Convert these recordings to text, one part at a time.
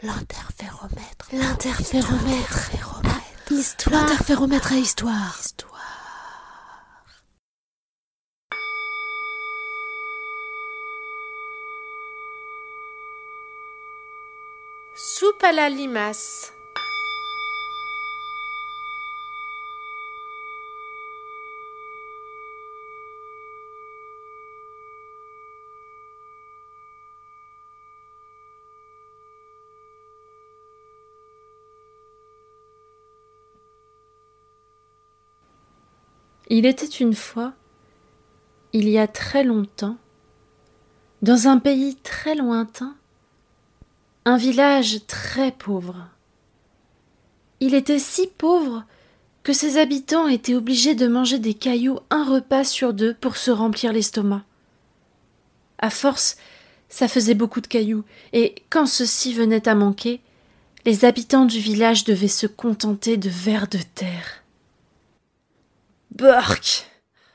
L'interféromètre. Histoire. L'interféromètre à histoire. Soupe à la limace. Il était une fois, il y a très longtemps, dans un pays très lointain, un village très pauvre. Il était si pauvre que ses habitants étaient obligés de manger des cailloux un repas sur deux pour se remplir l'estomac. À force, ça faisait beaucoup de cailloux, et quand ceux-ci venaient à manquer, les habitants du village devaient se contenter de vers de terre. Burk!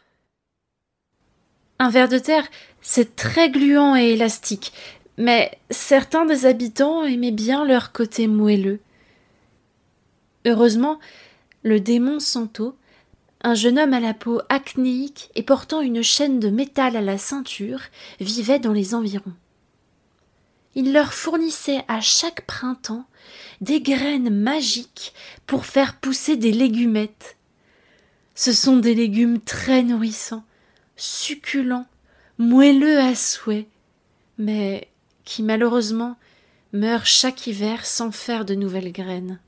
Un ver de terre, c'est très gluant et élastique, mais certains des habitants aimaient bien leur côté moelleux. Heureusement, le démon Santo, un jeune homme à la peau acnéique et portant une chaîne de métal à la ceinture, vivait dans les environs. Il leur fournissait à chaque printemps des graines magiques pour faire pousser des légumettes. Ce sont des légumes très nourrissants, succulents, moelleux à souhait, mais qui malheureusement meurent chaque hiver sans faire de nouvelles graines.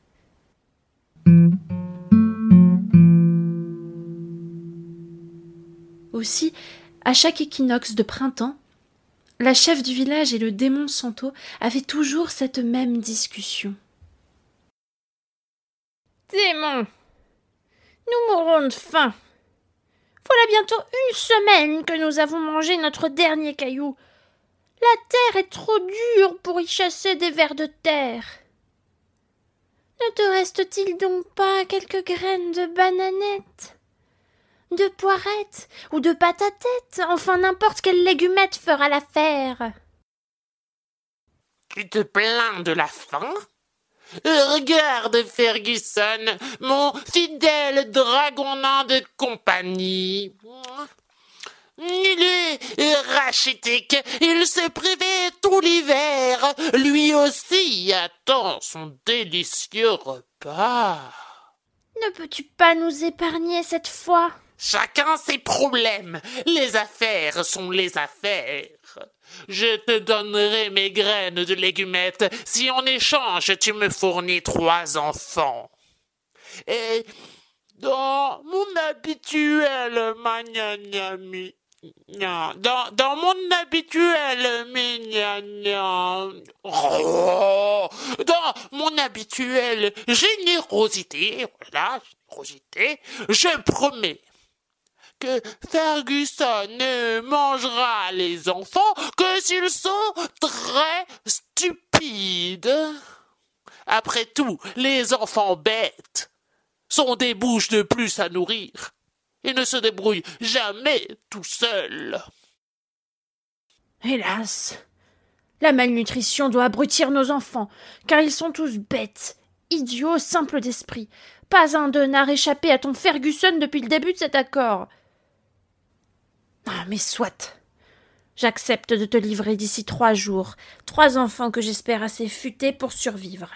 Aussi, à chaque équinoxe de printemps, la chef du village et le démon Santo avaient toujours cette même discussion. Démon, nous mourrons de faim. Voilà bientôt une semaine que nous avons mangé notre dernier caillou. La terre est trop dure pour y chasser des vers de terre. Ne te reste-t-il donc pas quelques graines de bananettes, de poirettes ou de patatettes, enfin n'importe quelle légumette fera l'affaire? Tu te plains de la faim? Regarde, Ferguson, mon fidèle dragon nain de compagnie. Il est rachitique, il s'est privé tout l'hiver. Lui aussi attend son délicieux repas. Ne peux-tu pas nous épargner cette fois? Chacun ses problèmes. Les affaires sont les affaires. Je te donnerai mes graines de légumettes si en échange tu me fournis 3 enfants. Et dans mon habituel dans mon habituel dans mon habituelle générosité, je promets que Ferguson ne mangera les enfants que s'ils sont très stupides. Après tout, les enfants bêtes sont des bouches de plus à nourrir. Ils ne se débrouillent jamais tout seuls. Hélas, la malnutrition doit abrutir nos enfants, car ils sont tous bêtes, idiots, simples d'esprit. Pas un d'eux n'a réchappé à ton Ferguson depuis le début de cet accord. Ah, mais soit. J'accepte de te livrer d'ici 3 jours 3 enfants que j'espère assez futés pour survivre.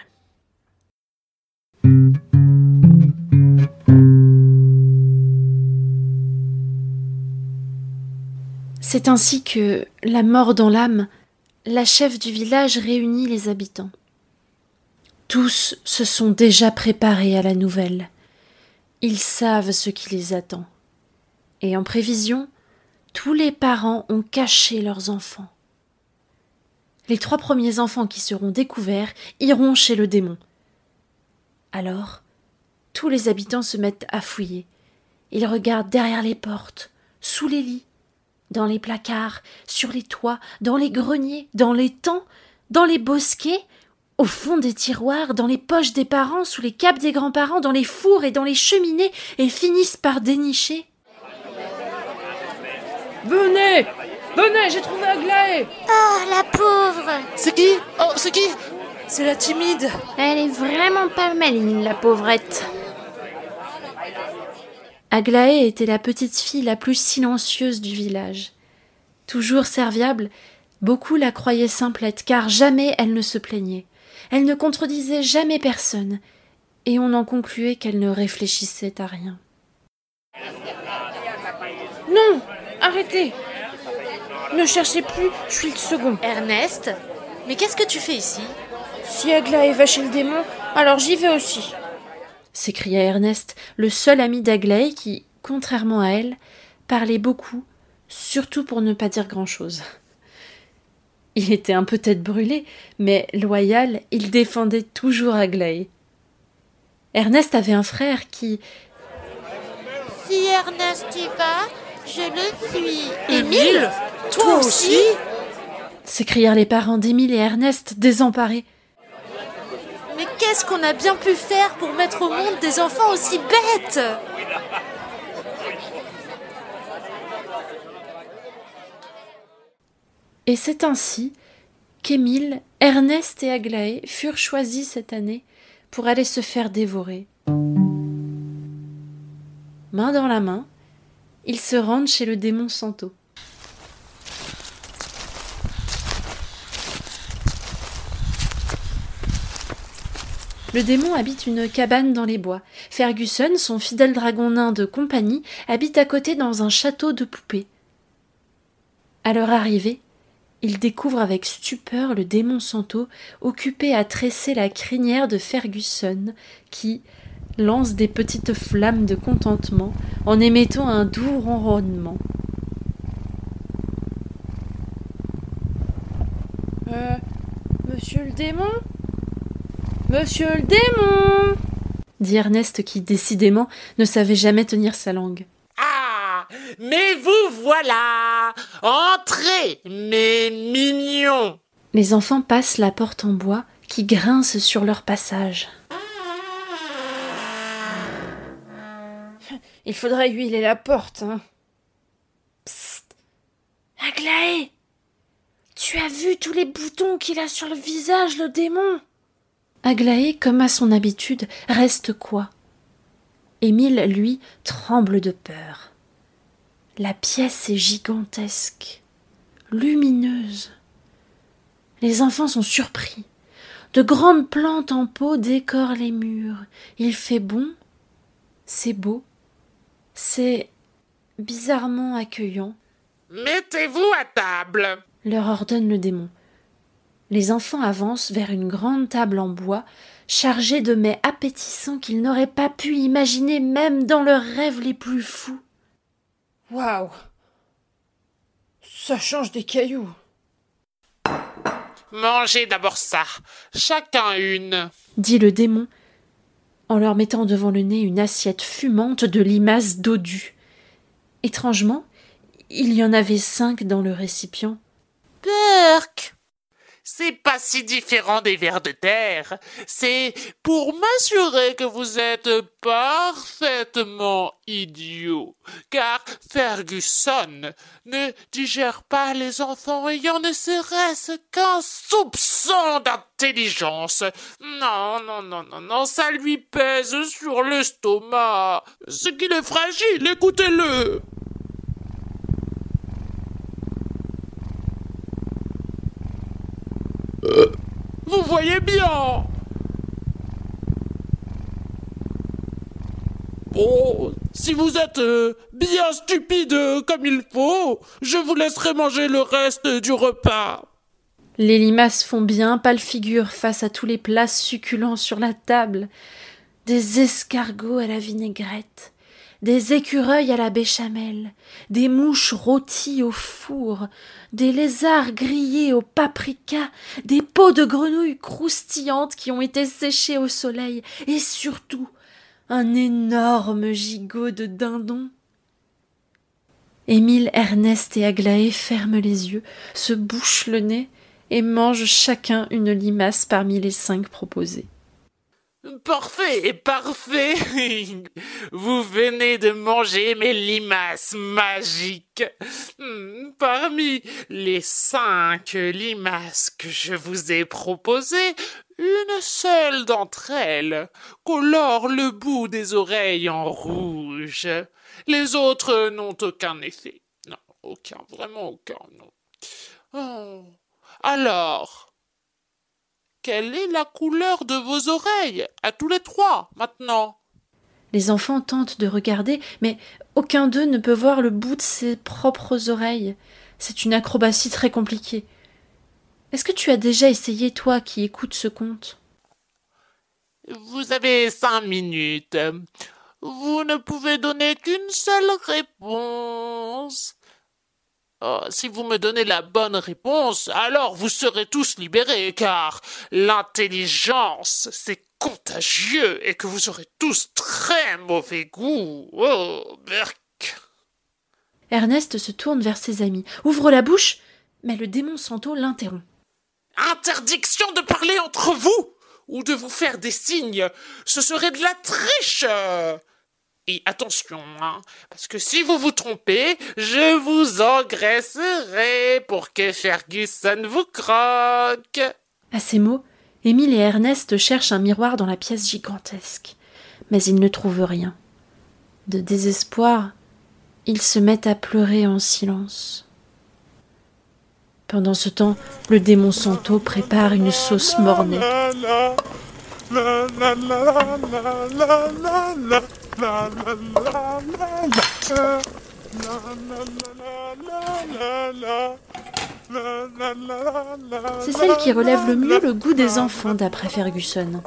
C'est ainsi que, la mort dans l'âme, la chef du village réunit les habitants. Tous se sont déjà préparés à la nouvelle. Ils savent ce qui les attend. Et en prévision, tous les parents ont caché leurs enfants. Les 3 premiers enfants qui seront découverts iront chez le démon. Alors, tous les habitants se mettent à fouiller. Ils regardent derrière les portes, sous les lits, dans les placards, sur les toits, dans les greniers, dans les étangs, dans les bosquets, au fond des tiroirs, dans les poches des parents, sous les capes des grands-parents, dans les fours et dans les cheminées, et finissent par dénicher. Venez, j'ai trouvé Aglaé. Oh, la pauvre! C'est qui? Oh, c'est qui? C'est la timide. Elle est vraiment pas maligne, la pauvrette. Aglaé était la petite fille la plus silencieuse du village. Toujours serviable, beaucoup la croyaient simplette, car jamais elle ne se plaignait. Elle ne contredisait jamais personne, et on en concluait qu'elle ne réfléchissait à rien. Non, arrêtez. Ne cherchez plus, je suis le second. Ernest, mais qu'est-ce que tu fais ici? Si Aglaé va chez le démon, alors j'y vais aussi. S'écria Ernest, le seul ami d'Aglaé qui, contrairement à elle, parlait beaucoup, surtout pour ne pas dire grand-chose. Il était un peu tête brûlée, mais loyal, il défendait toujours Aglaé. Ernest avait un frère qui... Si Ernest y va, je le suis. Émile? Toi aussi? s'écrièrent les parents d'Émile et Ernest, désemparés. Mais qu'est-ce qu'on a bien pu faire pour mettre au monde des enfants aussi bêtes? Et c'est ainsi qu'Émile, Ernest et Aglaé furent choisis cette année pour aller se faire dévorer. Main dans la main, ils se rendent chez le démon Santo. Le démon habite une cabane dans les bois. Fergusson, son fidèle dragon nain de compagnie, habite à côté dans un château de poupées. À leur arrivée, ils découvrent avec stupeur le démon Santo occupé à tresser la crinière de Fergusson, qui lance des petites flammes de contentement en émettant un doux ronronnement. Monsieur le démon? Monsieur le démon! Dit Ernest qui, décidément, ne savait jamais tenir sa langue. Ah, mais vous voilà! Entrez, mes mignons! Les enfants passent la porte en bois qui grince sur leur passage. Il faudrait huiler la porte, hein. Psst! Aglaé! Tu as vu tous les boutons qu'il a sur le visage, le démon? Aglaé, comme à son habitude, reste coi. Émile, lui, tremble de peur. La pièce est gigantesque, lumineuse. Les enfants sont surpris. De grandes plantes en pot décorent les murs. Il fait bon, c'est beau, c'est bizarrement accueillant. Mettez-vous à table! Leur ordonne le démon. Les enfants avancent vers une grande table en bois, chargée de mets appétissants qu'ils n'auraient pas pu imaginer même dans leurs rêves les plus fous. Waouh! Ça change des cailloux. Mangez d'abord ça, chacun une. Dit le démon, en leur mettant devant le nez une assiette fumante de limaces dodues. Étrangement, il y en avait 5 dans le récipient. Burk! C'est pas si différent des vers de terre. C'est pour m'assurer que vous êtes parfaitement idiot. Car Fergusson ne digère pas les enfants ayant ne serait-ce qu'un soupçon d'intelligence. Non, ça lui pèse sur l'estomac. Ce qu'il est fragile, écoutez-le. Vous voyez bien. Bon, si vous êtes bien stupide comme il faut, je vous laisserai manger le reste du repas. Les limaces font bien pâle figure face à tous les plats succulents sur la table. Des escargots à la vinaigrette, des écureuils à la béchamel, des mouches rôties au four, des lézards grillés au paprika, des peaux de grenouilles croustillantes qui ont été séchées au soleil, et surtout un énorme gigot de dindon. Émile, Ernest et Aglaé ferment les yeux, se bouchent le nez et mangent chacun une limace parmi les 5 proposées. Parfait, parfait. Vous venez de manger mes limaces magiques. Parmi les 5 limaces que je vous ai proposées, une seule d'entre elles colore le bout des oreilles en rouge. Les autres n'ont aucun effet. Non, aucun, vraiment aucun, non. Oh. Alors, quelle est la couleur de vos oreilles, à tous les 3, maintenant? Les enfants tentent de regarder, mais aucun d'eux ne peut voir le bout de ses propres oreilles. C'est une acrobatie très compliquée. Est-ce que tu as déjà essayé, toi, qui écoutes ce conte? Vous avez 5 minutes. Vous ne pouvez donner qu'une seule réponse. Oh, si vous me donnez la bonne réponse, alors vous serez tous libérés, car l'intelligence, c'est contagieux et que vous aurez tous très mauvais goût. Oh, berk. Ernest se tourne vers ses amis, ouvre la bouche, mais le démon Santo l'interrompt. Interdiction de parler entre vous ou de vous faire des signes. Ce serait de la triche. Et attention, parce que si vous vous trompez, je vous engraisserai pour que Ferguson vous croque. À ces mots, Émile et Ernest cherchent un miroir dans la pièce gigantesque, mais ils ne trouvent rien. De désespoir, ils se mettent à pleurer en silence. Pendant ce temps, le démon Santo prépare une sauce mornay. C'est celle qui relève le mieux le goût des enfants, d'après Ferguson.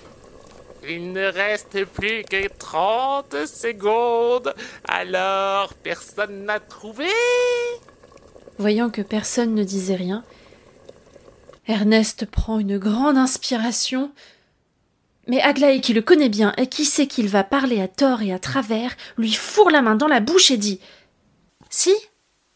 Il ne reste plus que 30 secondes. Alors, personne n'a trouvé? Voyant que personne ne disait rien, Ernest prend une grande inspiration. Mais Aglaé, qui le connaît bien et qui sait qu'il va parler à tort et à travers, lui fourre la main dans la bouche et dit « Si, moi ?»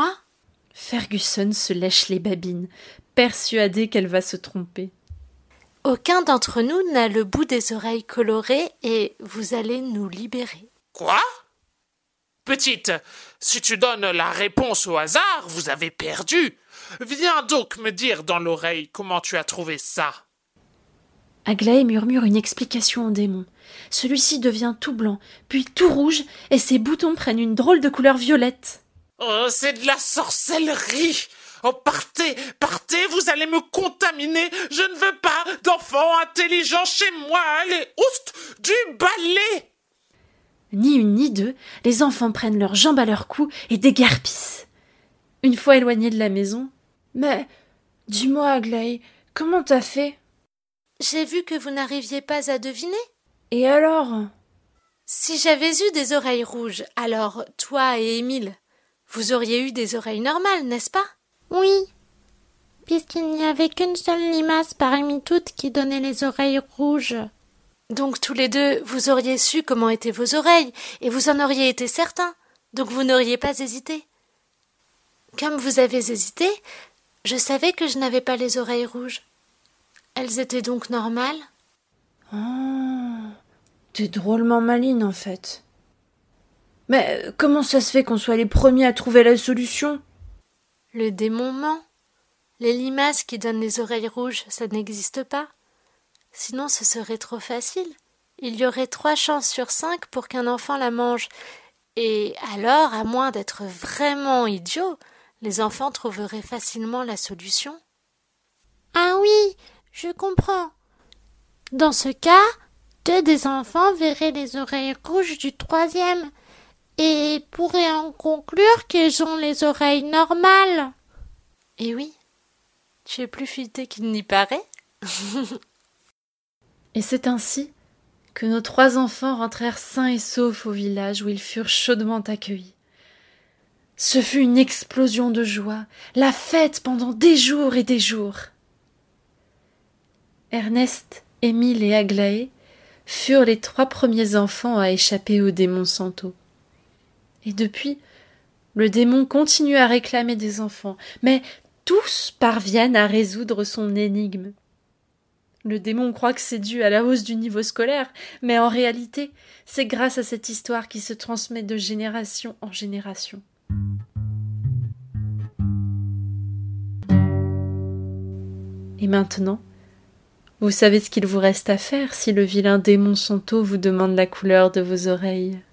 Ferguson se lèche les babines, persuadé qu'elle va se tromper. « Aucun d'entre nous n'a le bout des oreilles colorées et vous allez nous libérer. » Quoi? Petite, si tu donnes la réponse au hasard, vous avez perdu. Viens donc me dire dans l'oreille comment tu as trouvé ça. Aglaé murmure une explication au démon. Celui-ci devient tout blanc, puis tout rouge, et ses boutons prennent une drôle de couleur violette. Oh, c'est de la sorcellerie. Oh, partez, partez, vous allez me contaminer. Je ne veux pas d'enfants intelligents chez moi. Les oustes du balai. Ni une ni deux, les enfants prennent leurs jambes à leur cou et déguerpissent. Une fois éloignés de la maison, « Mais, dis-moi, Aglaé, comment t'as fait ?»« J'ai vu que vous n'arriviez pas à deviner. »« Et alors ?»« Si j'avais eu des oreilles rouges, alors toi et Émile, vous auriez eu des oreilles normales, n'est-ce pas ?»« Oui, puisqu'il n'y avait qu'une seule limace parmi toutes qui donnait les oreilles rouges. » Donc tous les deux, vous auriez su comment étaient vos oreilles, et vous en auriez été certain, donc vous n'auriez pas hésité. Comme vous avez hésité, je savais que je n'avais pas les oreilles rouges. Elles étaient donc normales. Oh, t'es drôlement maline en fait. Mais comment ça se fait qu'on soit les premiers à trouver la solution ? Le démon ment. Les limaces qui donnent les oreilles rouges, ça n'existe pas. Sinon ce serait trop facile. Il y aurait 3 chances sur 5 pour qu'un enfant la mange. Et alors, à moins d'être vraiment idiot, les enfants trouveraient facilement la solution. Ah oui, je comprends. Dans ce cas, 2 des enfants verraient les oreilles rouges du 3e et pourraient en conclure qu'ils ont les oreilles normales. Et oui, tu es plus futé qu'il n'y paraît. Et c'est ainsi que nos 3 enfants rentrèrent sains et saufs au village où ils furent chaudement accueillis. Ce fut une explosion de joie, la fête pendant des jours et des jours. Ernest, Émile et Aglaé furent les 3 premiers enfants à échapper au démon Santo. Et depuis, le démon continue à réclamer des enfants, mais tous parviennent à résoudre son énigme. Le démon croit que c'est dû à la hausse du niveau scolaire, mais en réalité, c'est grâce à cette histoire qui se transmet de génération en génération. Et maintenant, vous savez ce qu'il vous reste à faire si le vilain démon Santo vous demande la couleur de vos oreilles.